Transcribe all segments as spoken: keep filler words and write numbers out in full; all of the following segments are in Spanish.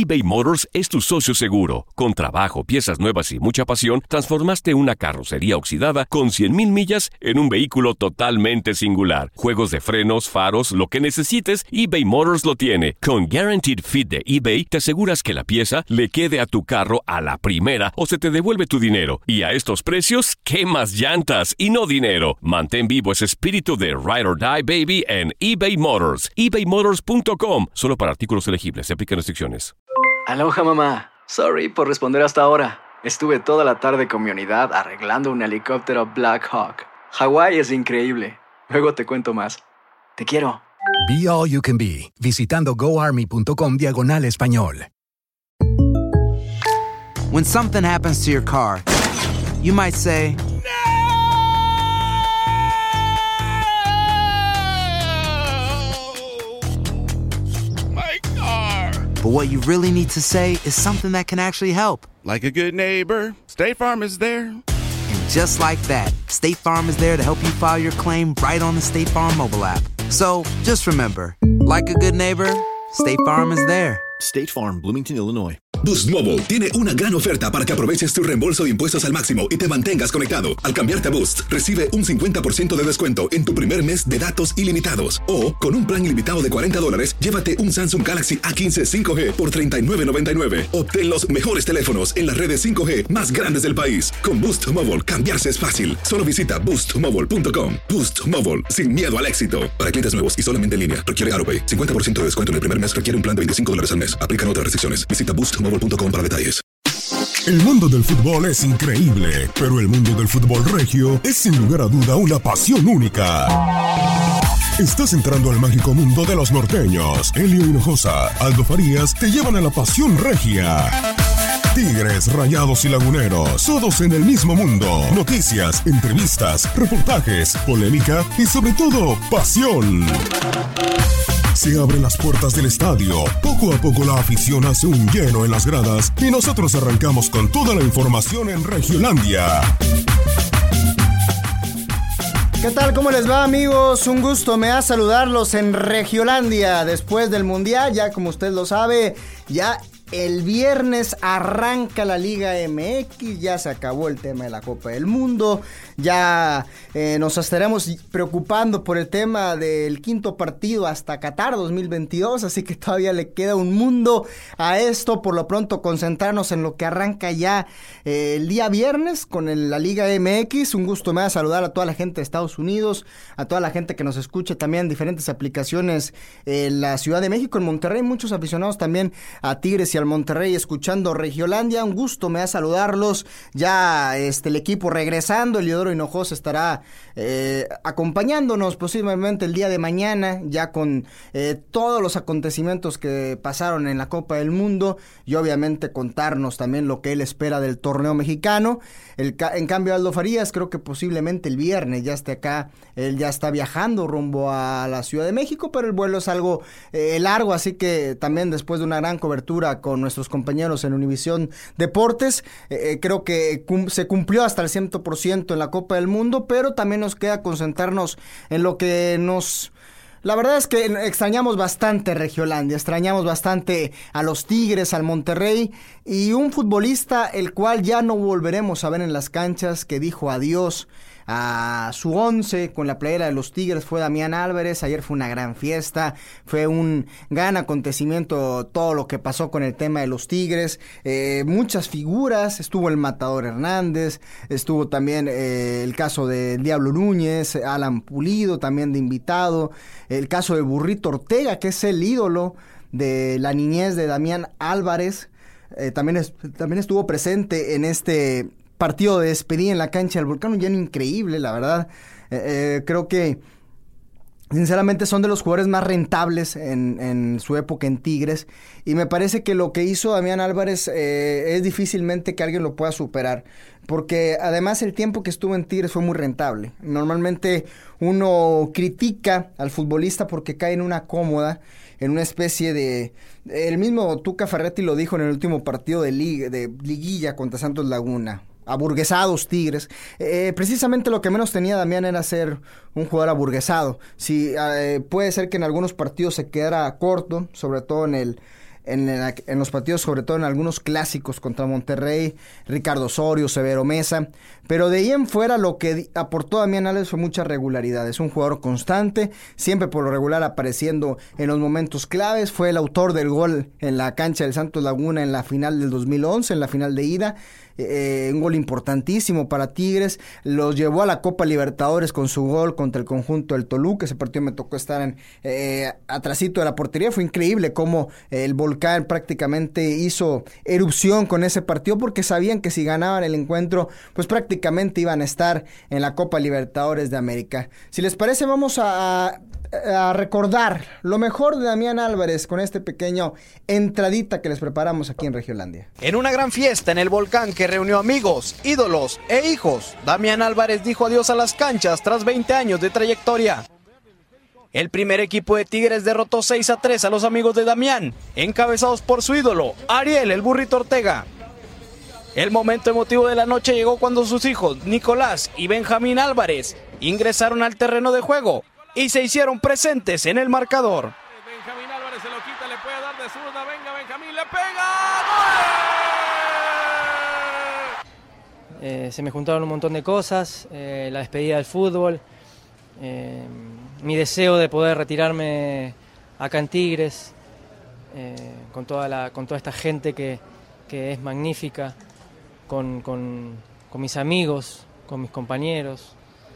eBay Motors es tu socio seguro. Con trabajo, piezas nuevas y mucha pasión, transformaste una carrocería oxidada con cien mil millas en un vehículo totalmente singular. Juegos de frenos, faros, lo que necesites, eBay Motors lo tiene. Con Guaranteed Fit de eBay, te aseguras que la pieza le quede a tu carro a la primera o se te devuelve tu dinero. Y a estos precios, ¿qué más llantas y no dinero? Mantén vivo ese espíritu de Ride or Die, baby, en eBay Motors. ebay motors punto com. Solo para artículos elegibles. Se aplican restricciones. Aloha, mamá. Sorry por responder hasta ahora. Estuve toda la tarde con mi unidad arreglando un helicóptero Black Hawk. Hawái es increíble. Luego te cuento más. Te quiero. Be All You Can Be, visitando goarmy.com diagonal español. When something happens to your car, you might say, but what you really need to say is something that can actually help. Like a good neighbor, State Farm is there. And just like that, State Farm is there to help you file your claim right on the State Farm mobile app. So just remember, like a good neighbor, State Farm is there. State Farm, Bloomington, Illinois. Boost Mobile tiene una gran oferta para que aproveches tu reembolso de impuestos al máximo y te mantengas conectado. Al cambiarte a Boost, recibe un cincuenta por ciento de descuento en tu primer mes de datos ilimitados. O, con un plan ilimitado de cuarenta dólares, llévate un Samsung Galaxy A quince cinco G por treinta y nueve noventa y nueve. Obtén los mejores teléfonos en las redes cinco G más grandes del país. Con Boost Mobile, cambiarse es fácil. Solo visita boost mobile punto com. Boost Mobile, sin miedo al éxito. Para clientes nuevos y solamente en línea, requiere AutoPay. cincuenta por ciento de descuento en el primer mes requiere un plan de veinticinco dólares al mes. Aplican otras restricciones. Visita boost mobile punto com para detalles. El mundo del fútbol es increíble, pero el mundo del fútbol regio es sin lugar a duda una pasión única. Estás entrando al mágico mundo de los norteños. Elio Hinojosa, Aldo Farías te llevan a la pasión regia. Tigres, Rayados y Laguneros, todos en el mismo mundo. Noticias, entrevistas, reportajes, polémica y sobre todo, pasión. Se abren las puertas del estadio, poco a poco la afición hace un lleno en las gradas y nosotros arrancamos con toda la información en Regiolandia. ¿Qué tal? ¿Cómo les va, amigos? Un gusto me da saludarlos en Regiolandia después del Mundial. Ya como usted lo sabe, ya el viernes arranca la Liga M X, ya se acabó el tema de la Copa del Mundo, ya eh, nos estaremos preocupando por el tema del quinto partido hasta Qatar dos mil veintidós, así que todavía le queda un mundo a esto. Por lo pronto concentrarnos en lo que arranca ya eh, el día viernes con el, la Liga M X. Un gusto me da saludar a toda la gente de Estados Unidos, a toda la gente que nos escucha también en diferentes aplicaciones en la Ciudad de México, en Monterrey, muchos aficionados también a Tigres y al Monterrey escuchando Regiolandia. Un gusto me da saludarlos. Ya este el equipo regresando, Eliodoro Hinojosa estará eh, acompañándonos posiblemente el día de mañana, ya con eh, todos los acontecimientos que pasaron en la Copa del Mundo y obviamente contarnos también lo que él espera del torneo mexicano. El, en cambio Aldo Farías creo que posiblemente el viernes ya esté acá, él ya está viajando rumbo a la Ciudad de México, pero el vuelo es algo eh, largo, así que también después de una gran cobertura con nuestros compañeros en Univisión Deportes, eh, creo que cum- se cumplió hasta el cien por ciento en la Copa del Mundo, pero también nos queda concentrarnos en lo que nos... La verdad es que extrañamos bastante Regiolandia, extrañamos bastante a los Tigres, al Monterrey y un futbolista el cual ya no volveremos a ver en las canchas, que dijo adiós a su once con la playera de los Tigres, fue Damián Álvarez. Ayer fue una gran fiesta, fue un gran acontecimiento todo lo que pasó con el tema de los Tigres, eh, muchas figuras, estuvo el Matador Hernández, estuvo también eh, el caso de Diablo Núñez, Alan Pulido también de invitado, el caso de Burrito Ortega, que es el ídolo de la niñez de Damián Álvarez, eh, también, es, también estuvo presente en este partido de despedida en la cancha del Volcán, un lleno increíble, la verdad. Eh, eh, creo que sinceramente son de los jugadores más rentables en, en su época en Tigres, y me parece que lo que hizo Damián Álvarez eh, es difícilmente que alguien lo pueda superar, porque además el tiempo que estuvo en Tigres fue muy rentable. Normalmente uno critica al futbolista porque cae en una cómoda, en una especie de... El mismo Tuca Ferretti lo dijo en el último partido de, liga, de liguilla contra Santos Laguna. Aburguesados Tigres. Eh, precisamente lo que menos tenía Damián era ser un jugador aburguesado. Sí, eh, puede ser que en algunos partidos se quedara corto, sobre todo en el en, en, en los partidos, sobre todo en algunos clásicos contra Monterrey, Ricardo Osorio, Severo Mesa, pero de ahí en fuera lo que aportó Damián Álvarez fue mucha regularidad. Es un jugador constante, siempre por lo regular apareciendo en los momentos claves. Fue el autor del gol en la cancha del Santos Laguna en la final del dos mil once, en la final de ida. Eh, un gol importantísimo para Tigres, los llevó a la Copa Libertadores con su gol contra el conjunto del Toluca. Ese partido me tocó estar en, eh, atrasito de la portería. Fue increíble cómo eh, el volcán prácticamente hizo erupción con ese partido, porque sabían que si ganaban el encuentro, pues prácticamente iban a estar en la Copa Libertadores de América. Si les parece, vamos a, a recordar lo mejor de Damián Álvarez con este pequeño entradita que les preparamos aquí en Regiolandia. En una gran fiesta en el volcán que reunió amigos, ídolos e hijos, Damián Álvarez dijo adiós a las canchas tras veinte años de trayectoria. El primer equipo de Tigres derrotó seis a tres a los amigos de Damián, encabezados por su ídolo, Ariel el Burrito Ortega. El momento emotivo de la noche llegó cuando sus hijos, Nicolás y Benjamín Álvarez, ingresaron al terreno de juego y se hicieron presentes en el marcador. Benjamín Álvarez se lo quita, le puede dar de zurda, venga Benjamín, le pega, ¡gol! Eh, se me juntaron un montón de cosas, eh, la despedida del fútbol, eh, mi deseo de poder retirarme acá en Tigres, eh, con, toda la, con toda esta gente que, que es magnífica, con, con, con mis amigos, con mis compañeros,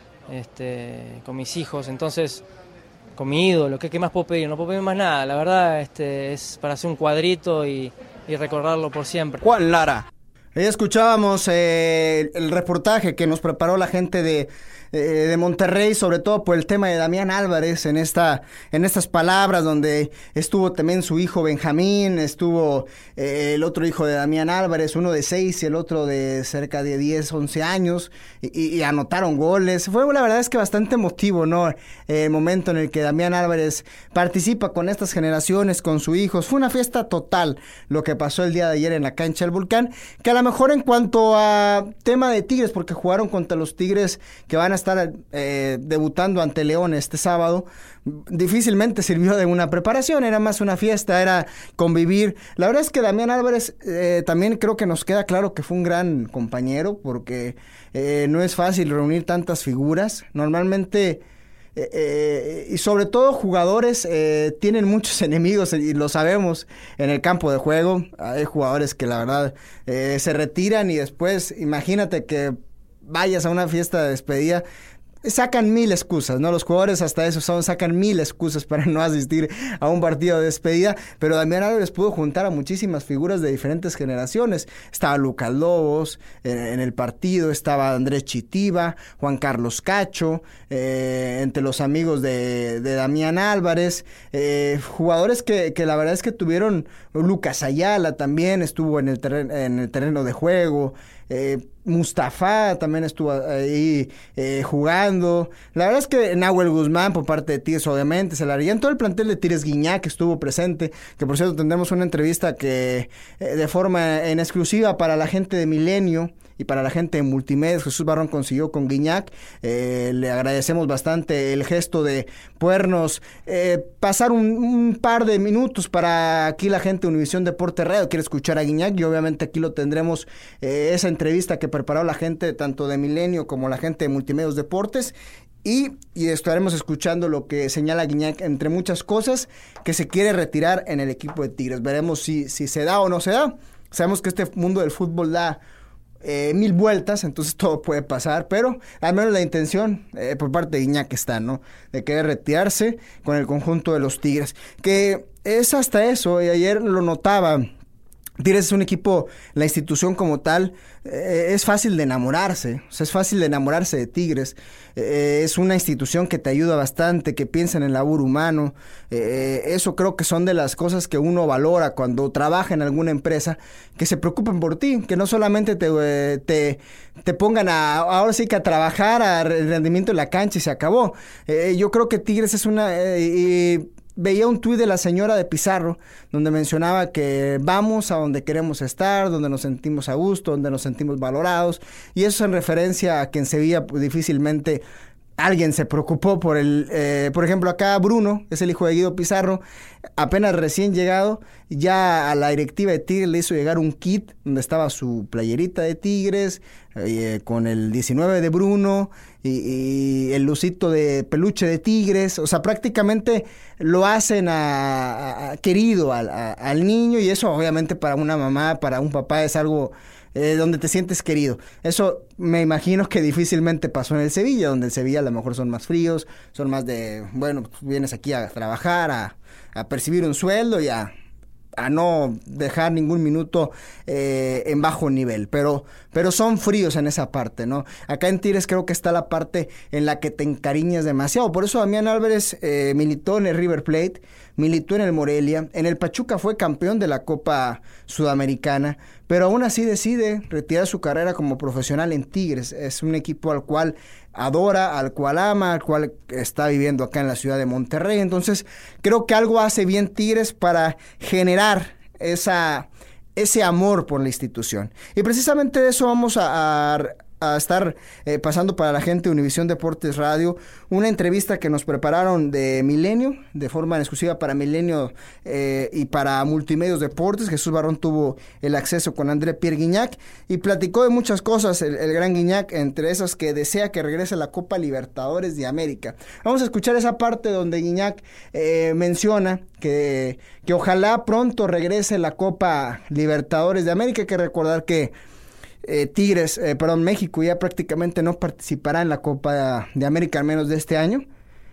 este, con mis hijos. Entonces, con mi ídolo, ¿qué, qué más puedo pedir? No puedo pedir más nada, la verdad este, es para hacer un cuadrito y, y recordarlo por siempre. Juan Lara. Ya escuchábamos eh, el reportaje que nos preparó la gente de, eh, de Monterrey, sobre todo por el tema de Damián Álvarez, en esta en estas palabras, donde estuvo también su hijo Benjamín, estuvo eh, el otro hijo de Damián Álvarez, uno de seis y el otro de cerca de diez, once años, y, y anotaron goles. Fue la verdad es que bastante emotivo, ¿no? Eh, el momento en el que Damián Álvarez participa con estas generaciones, con su hijo. Fue una fiesta total lo que pasó el día de ayer en la cancha del Volcán, que a la mejor en cuanto a tema de Tigres, porque jugaron contra los Tigres que van a estar eh, debutando ante León este sábado, difícilmente sirvió de una preparación, era más una fiesta, era convivir. La verdad es que Damián Álvarez eh, también creo que nos queda claro que fue un gran compañero, porque eh, no es fácil reunir tantas figuras. Normalmente Eh, eh, y sobre todo jugadores eh, tienen muchos enemigos, y lo sabemos en el campo de juego. Hay jugadores que la verdad eh, se retiran y después imagínate que vayas a una fiesta de despedida, sacan mil excusas, ¿no? Los jugadores hasta eso son, sacan mil excusas para no asistir a un partido de despedida, pero Damián Álvarez pudo juntar a muchísimas figuras de diferentes generaciones. Estaba Lucas Lobos en, en el partido, estaba Andrés Chitiba, Juan Carlos Cacho, eh, entre los amigos de, de Damián Álvarez, eh, jugadores que, que la verdad es que tuvieron, Lucas Ayala también estuvo en el terreno, en el terreno de juego, eh, Mustafa también estuvo ahí eh, jugando. La verdad es que Nahuel Guzmán por parte de Tigres obviamente se la haría. En todo el plantel de Tigres, Guiñac estuvo presente, que por cierto tendremos una entrevista que eh, de forma en exclusiva para la gente de Milenio y para la gente de Multimedios, Jesús Barrón consiguió con Guiñac. Eh, le agradecemos bastante el gesto de podernos eh, pasar un, un par de minutos para aquí la gente de Univisión Deporte Radio quiere escuchar a Guiñac, y obviamente aquí lo tendremos, eh, esa entrevista que preparó la gente tanto de Milenio como la gente de Multimedios Deportes. Y, y estaremos escuchando lo que señala Guiñac, entre muchas cosas, que se quiere retirar en el equipo de Tigres. Veremos si, si se da o no se da. Sabemos que este mundo del fútbol da Eh, mil vueltas, entonces todo puede pasar, pero al menos la intención eh, por parte de Guiñac está, ¿no? De querer retirarse con el conjunto de los Tigres, que es hasta eso, y ayer lo notaba. Tigres es un equipo, la institución como tal, eh, es fácil de enamorarse, o sea, es fácil de enamorarse de Tigres. Eh, es una institución que te ayuda bastante, que piensa en el labor humano. Eh, eso creo que son de las cosas que uno valora cuando trabaja en alguna empresa, que se preocupen por ti, que no solamente te, eh, te, te pongan a, ahora sí que a trabajar, a rendimiento en la cancha y se acabó. Eh, yo creo que Tigres es una... Eh, y, veía un tuit de la señora de Pizarro donde mencionaba que vamos a donde queremos estar, donde nos sentimos a gusto, donde nos sentimos valorados, y eso en referencia a que en Sevilla pues, difícilmente alguien se preocupó por el, eh, por ejemplo, acá Bruno, es el hijo de Guido Pizarro, apenas recién llegado, ya a la directiva de Tigres le hizo llegar un kit donde estaba su playerita de Tigres, eh, con el diecinueve de Bruno y, y el lucito de peluche de Tigres. O sea, prácticamente lo hacen a, a, a querido al, a, al niño, y eso obviamente para una mamá, para un papá es algo... Eh, donde te sientes querido. Eso me imagino que difícilmente pasó en el Sevilla, donde el Sevilla a lo mejor son más fríos, son más de, bueno, vienes aquí a trabajar, a, a percibir un sueldo y a, a no dejar ningún minuto eh, en bajo nivel, pero, pero son fríos en esa parte, ¿no? Acá en Tigres creo que está la parte en la que te encariñas demasiado. Por eso Damián Álvarez eh, militó en el River Plate, militó en el Morelia, en el Pachuca fue campeón de la Copa Sudamericana, pero aún así decide retirar su carrera como profesional en Tigres. Es un equipo al cual adora, al cual ama, al cual está viviendo acá en la ciudad de Monterrey. Entonces creo que algo hace bien Tigres para generar esa, ese amor por la institución. Y precisamente de eso vamos a... a a estar eh, pasando para la gente de Univisión Deportes Radio, una entrevista que nos prepararon de Milenio, de forma en exclusiva para Milenio eh, y para Multimedios Deportes. Jesús Barrón tuvo el acceso con André Pierre Guignac y platicó de muchas cosas, el, el gran Guignac, entre esas que desea que regrese la Copa Libertadores de América. Vamos a escuchar esa parte donde Guignac eh, menciona que, que ojalá pronto regrese la Copa Libertadores de América. Hay que recordar que Eh, Tigres, eh, perdón, México ya prácticamente no participará en la Copa de América, al menos de este año,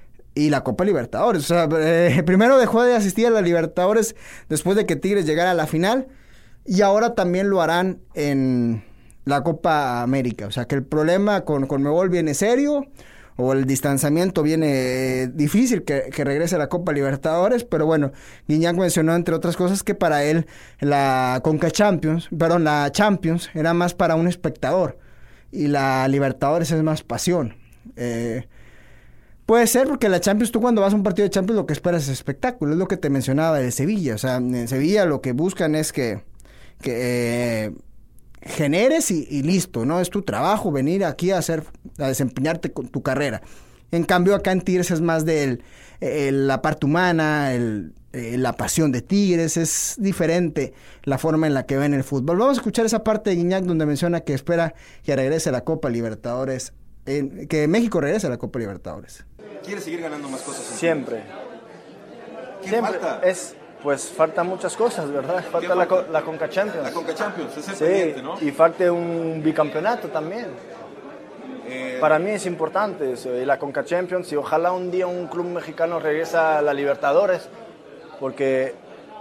y la Copa Libertadores. O sea, eh, primero dejó de asistir a la Libertadores después de que Tigres llegara a la final, y ahora también lo harán en la Copa América. O sea, que el problema con Conmebol viene serio, o el distanciamiento viene eh, difícil que, que regrese a la Copa Libertadores, pero bueno, Guignac mencionó entre otras cosas que para él la Conca Champions, perdón, la Champions era más para un espectador y la Libertadores es más pasión. Eh, puede ser porque la Champions, tú cuando vas a un partido de Champions lo que esperas es espectáculo, es lo que te mencionaba de Sevilla. O sea, en Sevilla lo que buscan es que, que eh, generes y, y listo, ¿no? Es tu trabajo venir aquí a hacer, a desempeñarte con tu carrera. En cambio acá en Tigres es más de la parte humana, el, eh, la pasión de Tigres, es diferente la forma en la que ven el fútbol. Vamos a escuchar esa parte de Guignac donde menciona que espera que regrese a la Copa Libertadores, en, que México regrese a la Copa Libertadores. ¿Quiere seguir ganando más cosas? Siempre. ¿Qué Siempre. falta? Es... Pues faltan muchas cosas, ¿verdad? Falta la, falta? la Conca Champions. La Conca Champions, es el sí, pendiente, ¿no? Y falta un bicampeonato también. Eh... Para mí es importante eso, y la Conca Champions, y ojalá un día un club mexicano regrese a la Libertadores, porque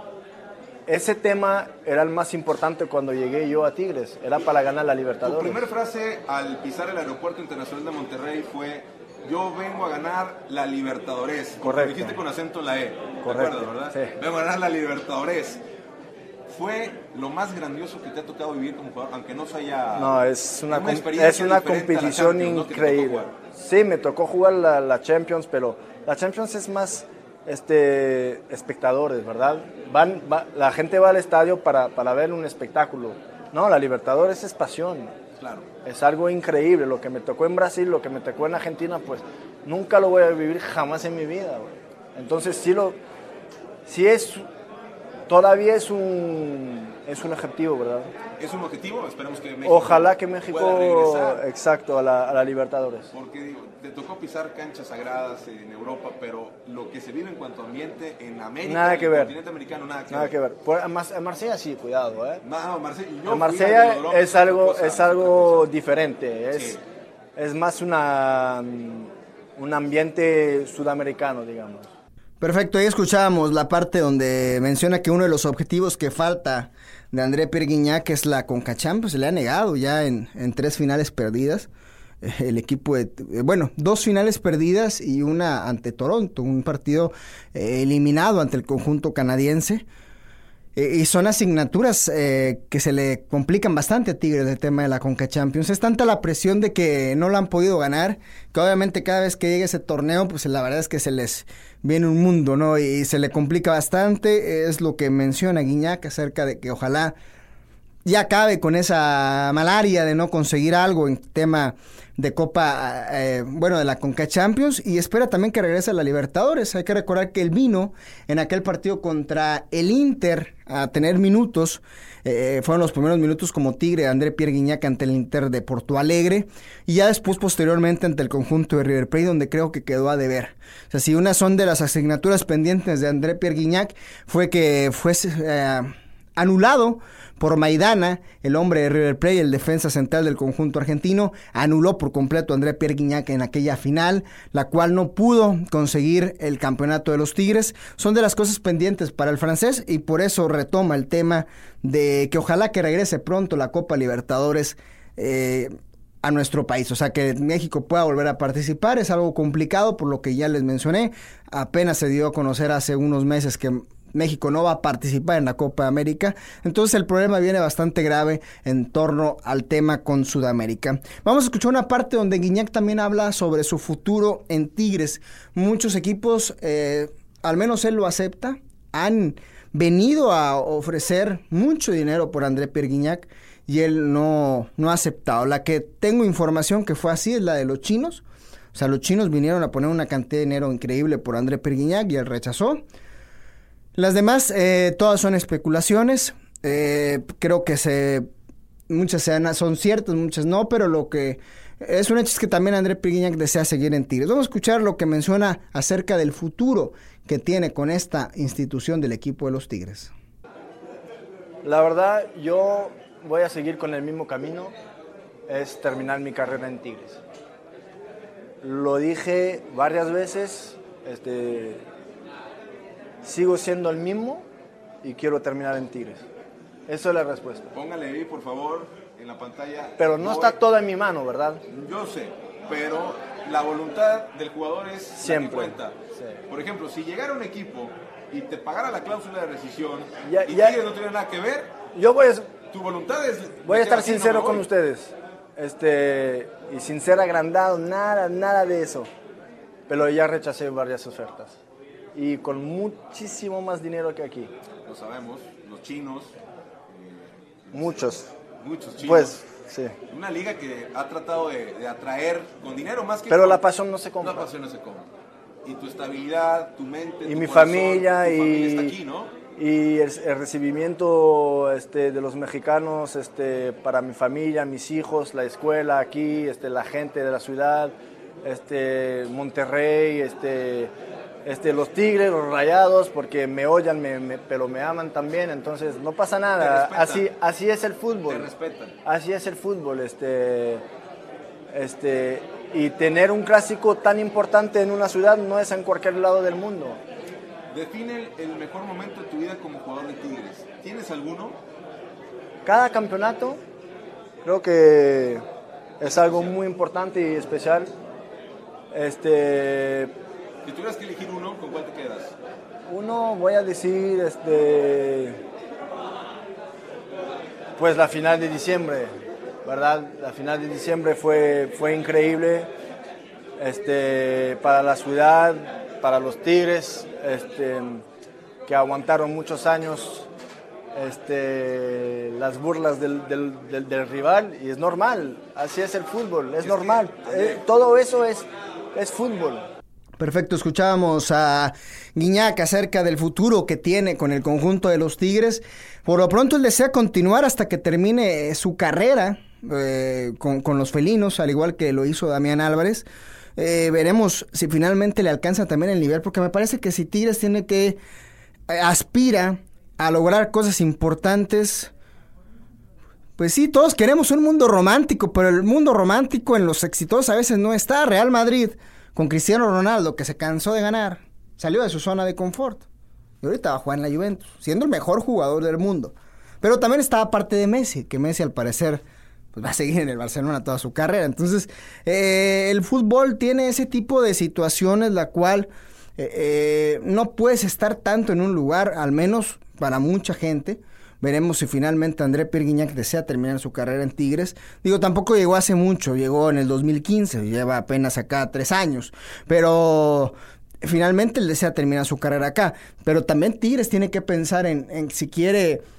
ese tema era el más importante cuando llegué yo a Tigres, era para ganar la Libertadores. Tu primera frase al pisar el Aeropuerto Internacional de Monterrey fue: yo vengo a ganar la Libertadores. Correcto. Lo dijiste con acento en la E. Correcto. ¿De acuerdo, verdad? Sí. Vengo a ganar la Libertadores. ¿Fue lo más grandioso que te ha tocado vivir como jugador, aunque no se haya... No, es una, una, es una competición Champions, increíble. ¿no? Sí, me tocó jugar la, la Champions, pero la Champions es más este, espectadores, ¿verdad? Van, va, la gente va al estadio para, para ver un espectáculo. No, la Libertadores es pasión. Claro. Es algo increíble. Lo que me tocó en Brasil, lo que me tocó en Argentina, pues nunca lo voy a vivir jamás en mi vida, güey. Entonces sí lo, sí es, todavía es un, es un objetivo, ¿verdad? Es un objetivo, esperemos que México Ojalá que México pueda regresar. Exacto, a la, a la Libertadores. Porque digo, te tocó pisar canchas sagradas en Europa, pero lo que se vive en cuanto a ambiente en América, nada que en el ver. continente americano, nada que nada ver. que ver. Por, en Marsella sí, cuidado, ¿eh? No, Marsella, yo en Marsella Europa, es algo, cosa, es algo diferente, es, sí. es más una, un ambiente sudamericano, digamos. Perfecto, ahí escuchábamos la parte donde menciona que uno de los objetivos que falta de André Pierre Guignac es la Conca Champions. Se le ha negado ya en, en tres finales perdidas. Eh, el equipo, de, eh, bueno, dos finales perdidas y una ante Toronto, un partido eh, eliminado ante el conjunto canadiense. Eh, y son asignaturas eh, que se le complican bastante a Tigres del tema de la Conca Champions. Es tanta la presión de que no la han podido ganar, que obviamente cada vez que llegue ese torneo, pues la verdad es que se les viene un mundo, ¿no? Y se le complica bastante. Es lo que menciona Guignac acerca de que ojalá ya acabe con esa malaria de no conseguir algo en tema de Copa, eh, bueno, de la Conca Champions, y espera también que regrese a la Libertadores. Hay que recordar que él vino en aquel partido contra el Inter a tener minutos, eh, fueron los primeros minutos como Tigre, André Pierre Gignac ante el Inter de Porto Alegre, y ya después posteriormente ante el conjunto de River Plate, donde creo que quedó a deber. O sea, si una son de las asignaturas pendientes de André Pierre Gignac, fue que fuese eh, anulado por Maidana, el hombre de River Plate, el defensa central del conjunto argentino, anuló por completo a André Pierre Gignac en aquella final, la cual no pudo conseguir el campeonato de los Tigres. Son de las cosas pendientes para el francés y por eso retoma el tema de que ojalá que regrese pronto la Copa Libertadores eh, a nuestro país, o sea que México pueda volver a participar. Es algo complicado por lo que ya les mencioné, apenas se dio a conocer hace unos meses que México no va a participar en la Copa América, entonces el problema viene bastante grave en torno al tema con Sudamérica. Vamos a escuchar una parte donde Gignac también habla sobre su futuro en Tigres. Muchos equipos, eh, al menos él lo acepta, han venido a ofrecer mucho dinero por André Pierre Gignac y él no, no ha aceptado. La que tengo información que fue así es la de los chinos, o sea, los chinos vinieron a poner una cantidad de dinero increíble por André Pierre Gignac y él rechazó. Las demás, eh, todas son especulaciones, eh, creo que se muchas sean, son ciertas, muchas no, pero lo que es un hecho es que también André Pierre Gignac desea seguir en Tigres. Vamos a escuchar lo que menciona acerca del futuro que tiene con esta institución del equipo de los Tigres. La verdad, yo voy a seguir con el mismo camino, es terminar mi carrera en Tigres. Lo dije varias veces, este... sigo siendo el mismo y quiero terminar en Tigres. Esa es la respuesta. Póngale ahí, por favor, en la pantalla. Pero no, no está todo en mi mano, ¿verdad? Yo sé, pero la voluntad del jugador es siempre la que cuenta. Sí. Por ejemplo, si llegara un equipo y te pagara la cláusula de rescisión ya, y ya, Tigres no tiene nada que ver, yo voy a, tu voluntad es... Voy a estar sincero no con ustedes. Este, y sin ser agrandado, nada, nada de eso. Pero ya rechacé varias ofertas. Y con muchísimo más dinero que aquí. Lo sabemos, los chinos. Eh, muchos. Muchos chinos. Pues, sí. Una liga que ha tratado de, de atraer con dinero más que... Pero con, la pasión no se compra. La pasión no se compra. Y tu estabilidad, tu mente, y tu mi corazón, familia, tu y, familia está aquí, ¿no? Y el, el recibimiento este, de los mexicanos este, para mi familia, mis hijos, la escuela aquí, este, la gente de la ciudad, este, Monterrey, este... Este, los Tigres, los Rayados, porque me odian, me, me, pero me aman también, entonces no pasa nada. Así, así es el fútbol. Te respetan. Así es el fútbol. Este, este, y tener un clásico tan importante en una ciudad no es en cualquier lado del mundo. Define el, el mejor momento de tu vida como jugador de Tigres. ¿Tienes alguno? Cada campeonato creo que es algo muy importante y especial. Este... Si tuvieras que elegir uno, ¿con cuál te quedas? Uno, voy a decir, este, pues la final de diciembre, ¿verdad? La final de diciembre fue, fue increíble, este, para la ciudad, para los Tigres, este, que aguantaron muchos años este, las burlas del, del, del, del rival, y es normal, así es el fútbol, es, es normal, que, eh, todo eso es, es fútbol. Perfecto, escuchábamos a Gignac acerca del futuro que tiene con el conjunto de los Tigres. Por lo pronto él desea continuar hasta que termine su carrera eh, con, con los felinos, al igual que lo hizo Damián Álvarez. Eh, veremos si finalmente le alcanza también el nivel, porque me parece que si Tigres tiene que eh, aspira a lograr cosas importantes, pues sí, todos queremos un mundo romántico, pero el mundo romántico en los exitosos a veces no está. Real Madrid, con Cristiano Ronaldo, que se cansó de ganar, salió de su zona de confort. Y ahorita va a jugar en la Juventus, siendo el mejor jugador del mundo. Pero también estaba parte de Messi, que Messi al parecer pues, va a seguir en el Barcelona toda su carrera. Entonces, eh, el fútbol tiene ese tipo de situaciones, la cual eh, eh, no puedes estar tanto en un lugar, al menos para mucha gente. Veremos si finalmente André Pierre Gignac desea terminar su carrera en Tigres. Digo, tampoco llegó hace mucho, llegó en el dos mil quince, lleva apenas acá tres años. Pero finalmente él desea terminar su carrera acá. Pero también Tigres tiene que pensar en, en si quiere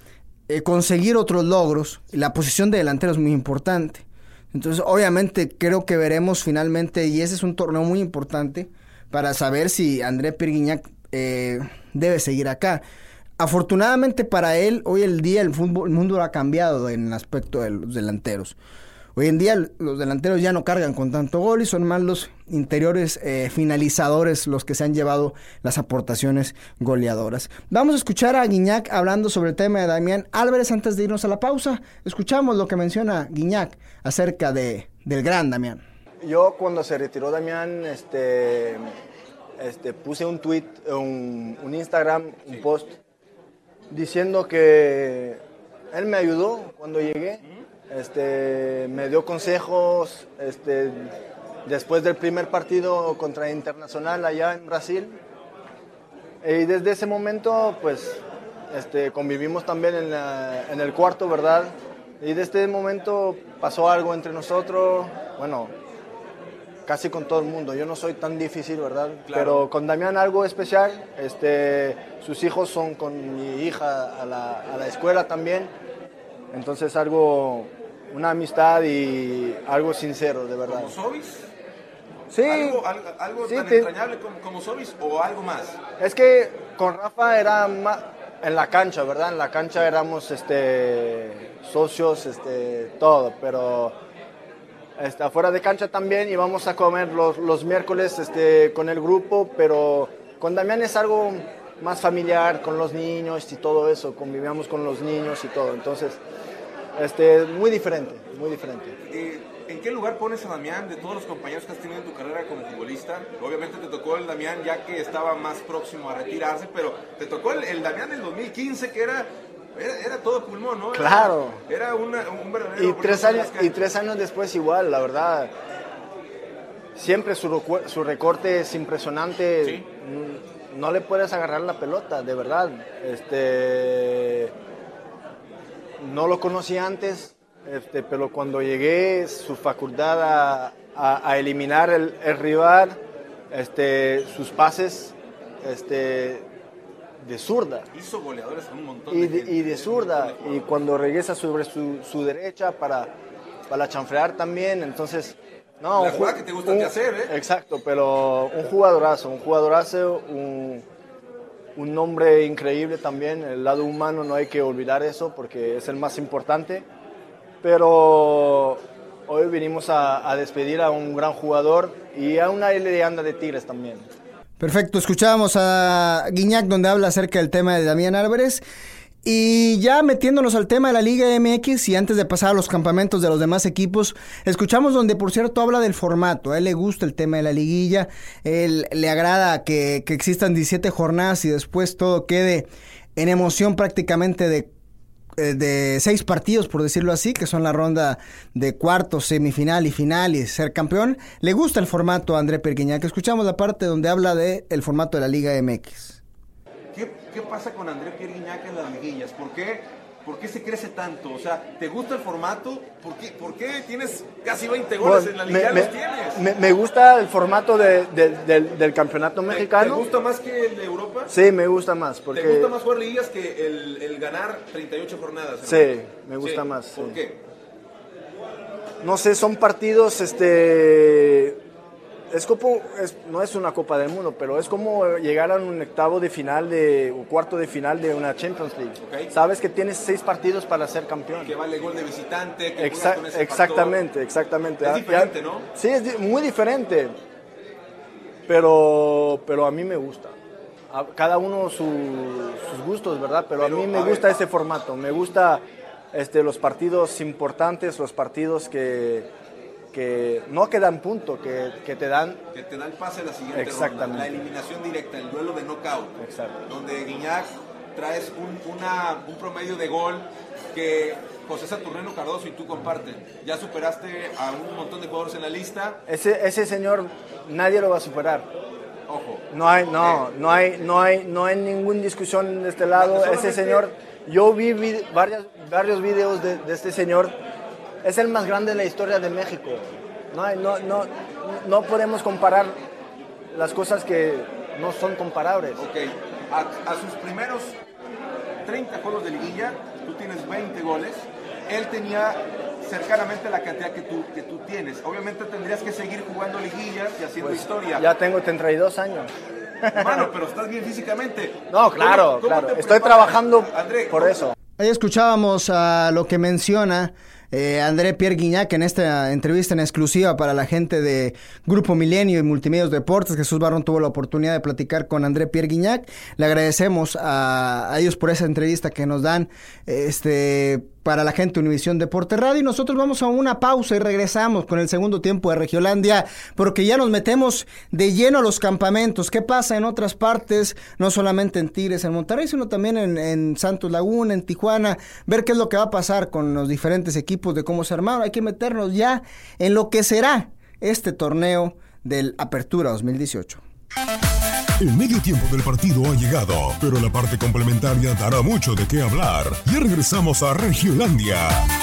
eh, conseguir otros logros. La posición de delantero es muy importante. Entonces, obviamente, creo que veremos finalmente, y ese es un torneo muy importante para saber si André Pierre Gignac eh, debe seguir acá. Afortunadamente para él, hoy el día el, fútbol, el mundo ha cambiado en el aspecto de los delanteros. Hoy en día los delanteros ya no cargan con tanto gol y son más los interiores eh, finalizadores los que se han llevado las aportaciones goleadoras. Vamos a escuchar a Gignac hablando sobre el tema de Damián Álvarez antes de irnos a la pausa. Escuchamos lo que menciona Gignac acerca de, del gran Damián. Yo cuando se retiró Damián, este, este, puse un tweet, un, un Instagram, un post, diciendo que él me ayudó cuando llegué. Este, me dio consejos este, después del primer partido contra Internacional allá en Brasil, y desde ese momento pues este, convivimos también en, la, en el cuarto, ¿verdad? Y desde ese momento pasó algo entre nosotros, bueno, casi con todo el mundo. Yo no soy tan difícil, ¿verdad? Claro. Pero con Damián algo especial. Este, sus hijos son con mi hija a la, a la escuela también, entonces algo... una amistad y algo sincero, de verdad. ¿Como Sobis? Sí. ¿Algo, algo, algo sí, tan te... entrañable como, como Sobis o algo más? Es que con Rafa era más en la cancha, ¿verdad? En la cancha éramos este, socios, este, todo, pero este, afuera de cancha también íbamos a comer los, los miércoles este, con el grupo, pero con Damián es algo más familiar, con los niños y todo eso, convivíamos con los niños y todo, entonces... Este, muy diferente, muy diferente. Eh, ¿En qué lugar pones a Damián de todos los compañeros que has tenido en tu carrera como futbolista? Obviamente te tocó el Damián ya que estaba más próximo a retirarse, pero te tocó el, el Damián del dos mil quince que era, era, era todo pulmón, ¿no? Era, claro. Era una, un verdadero... Y tres, años, y tres años después igual, la verdad. Siempre su, su recorte es impresionante. ¿Sí? No le puedes agarrar la pelota, de verdad. Este... No lo conocí antes, este, pero cuando llegué, su facultad a, a, a eliminar el, el rival, este, sus pases este, de zurda. Hizo goleadores a un montón y de, de gente, Y de zurda, y cuando regresa sobre su, su derecha para, para chanflear también, entonces... No, la jugada que te gusta un, de hacer, ¿eh? Exacto, pero un jugadorazo, un jugadorazo, un... un nombre increíble también, el lado humano no hay que olvidar eso porque es el más importante, pero hoy vinimos a, a despedir a un gran jugador y a una leyenda de Tigres también. Perfecto, escuchábamos a Gignac donde habla acerca del tema de Damián Álvarez. Y ya metiéndonos al tema de la Liga M X y antes de pasar a los campamentos de los demás equipos, escuchamos donde por cierto habla del formato. A él le gusta el tema de la liguilla, él le agrada que, que existan diecisiete jornadas y después todo quede en emoción prácticamente de, de seis partidos, por decirlo así, que son la ronda de cuartos, semifinal y final y ser campeón. Le gusta el formato a André Pierre Gignac. Escuchamos la parte donde habla del formato de la Liga M X. ¿Qué, ¿Qué pasa con André Pierre Gignac en las liguillas? ¿Por qué, ¿Por qué se crece tanto? O sea, ¿te gusta el formato? ¿Por qué, por qué tienes casi veinte goles bueno, en la liga? Me, ¿Los tienes? Me, me gusta el formato de, de, de, del campeonato mexicano. ¿Te gusta más que el de Europa? Sí, me gusta más. Porque... ¿Te gusta más jugar liguillas que el, el ganar treinta y ocho jornadas? Sí, me gusta sí. más. ¿Por sí. qué? No sé, son partidos... este Es como, es, no es una Copa del Mundo, pero es como llegar a un octavo de final de, o cuarto de final de una Champions League. Okay. Sabes que tienes seis partidos para ser campeón. Que vale gol de visitante, que Exa- con ese Exactamente, factor. exactamente. Es diferente, ya, ¿no? Sí, es di- muy diferente, pero, pero a mí me gusta. A cada uno su, sus gustos, ¿verdad? Pero, pero a mí me a gusta ver, ese formato, me gusta este, los partidos importantes, los partidos que... que no que dan punto, que, que te dan... Que te da el pase a la siguiente Exactamente. ronda, la eliminación directa, el duelo de knockout. Exacto. Donde Gignac traes un, una, un promedio de gol que José Saturnino Cardoso y tú comparten. Ya superaste a un montón de jugadores en la lista. Ese, ese señor nadie lo va a superar. Ojo. No hay, no, eh. no hay, no hay, no hay ninguna discusión de este lado. Ese señor, yo vi, vi varias, varios videos de, de este señor. Es el más grande de la historia de México. No, hay, no, no, no podemos comparar las cosas que no son comparables. Ok, a, a sus primeros treinta juegos de liguilla, tú tienes veinte goles, él tenía cercanamente la cantidad que tú, que tú tienes. Obviamente tendrías que seguir jugando liguillas y haciendo Pues, historia. Ya tengo treinta y dos años. Mano, pero estás bien físicamente. No, claro, ¿Cómo, cómo claro. Estoy trabajando André, por ¿cómo? eso. Ahí escuchábamos a lo que menciona eh, André Pierre Guignac en esta entrevista en exclusiva para la gente de Grupo Milenio y Multimedios Deportes. Jesús Barrón tuvo la oportunidad de platicar con André Pierre Guignac. Le agradecemos a, a ellos por esa entrevista que nos dan este para la gente de Univisión Deporte Radio, y nosotros vamos a una pausa y regresamos con el segundo tiempo de Regiolandia, porque ya nos metemos de lleno a los campamentos. ¿Qué pasa en otras partes? No solamente en Tigres, en Monterrey, sino también en, en Santos Laguna, en Tijuana, ver qué es lo que va a pasar con los diferentes equipos, de cómo se armaron. Hay que meternos ya en lo que será este torneo del Apertura dos mil dieciocho. El medio tiempo del partido ha llegado, pero la parte complementaria dará mucho de qué hablar. Ya regresamos a Regiolandia.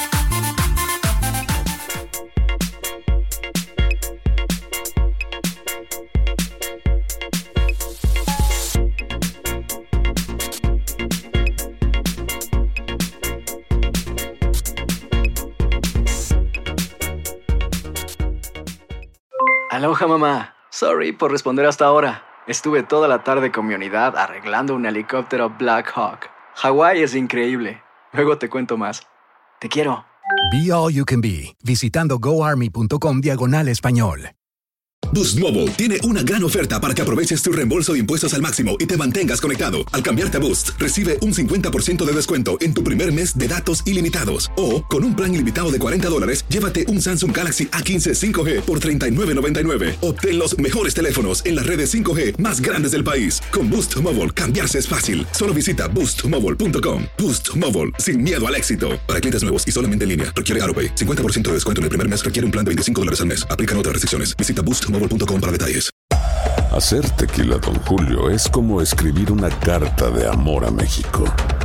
Aloha, mamá. Sorry por responder hasta ahora. Estuve toda la tarde con mi unidad arreglando un helicóptero Black Hawk. Hawái es increíble. Luego te cuento más. Te quiero. Be All You Can Be, visitando goarmy.com diagonal español. Boost Mobile tiene una gran oferta para que aproveches tu reembolso de impuestos al máximo y te mantengas conectado. Al cambiarte a Boost, recibe un cincuenta por ciento de descuento en tu primer mes de datos ilimitados. O, con un plan ilimitado de cuarenta dólares, llévate un Samsung Galaxy A quince cinco G por treinta y nueve noventa y nueve. Obtén los mejores teléfonos en las redes cinco G más grandes del país. Con Boost Mobile, cambiarse es fácil. Solo visita boost mobile punto com. Boost Mobile, sin miedo al éxito. Para clientes nuevos y solamente en línea, requiere AutoPay. cincuenta por ciento de descuento en el primer mes requiere un plan de veinticinco dólares al mes. Aplican otras restricciones. Visita boost mobile punto com para detalles. Hacer tequila Don Julio es como escribir una carta de amor a México.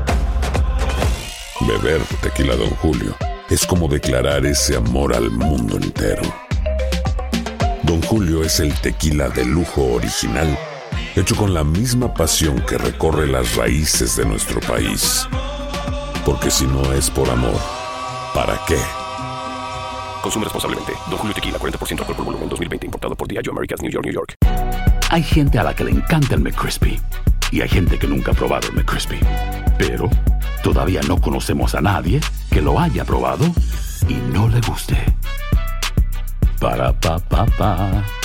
Beber tequila Don Julio es como declarar ese amor al mundo entero. Don Julio es el tequila de lujo original, hecho con la misma pasión que recorre las raíces de nuestro país. Porque si no es por amor, ¿para qué? Consume responsablemente. Don Julio Tequila, cuarenta por ciento alcohol por volumen, dos mil veinte, importado por Diageo Americas, New York, New York. Hay gente a la que le encanta el McCrispy y hay gente que nunca ha probado el McCrispy. Pero todavía no conocemos a nadie que lo haya probado y no le guste. Para pa pa pa.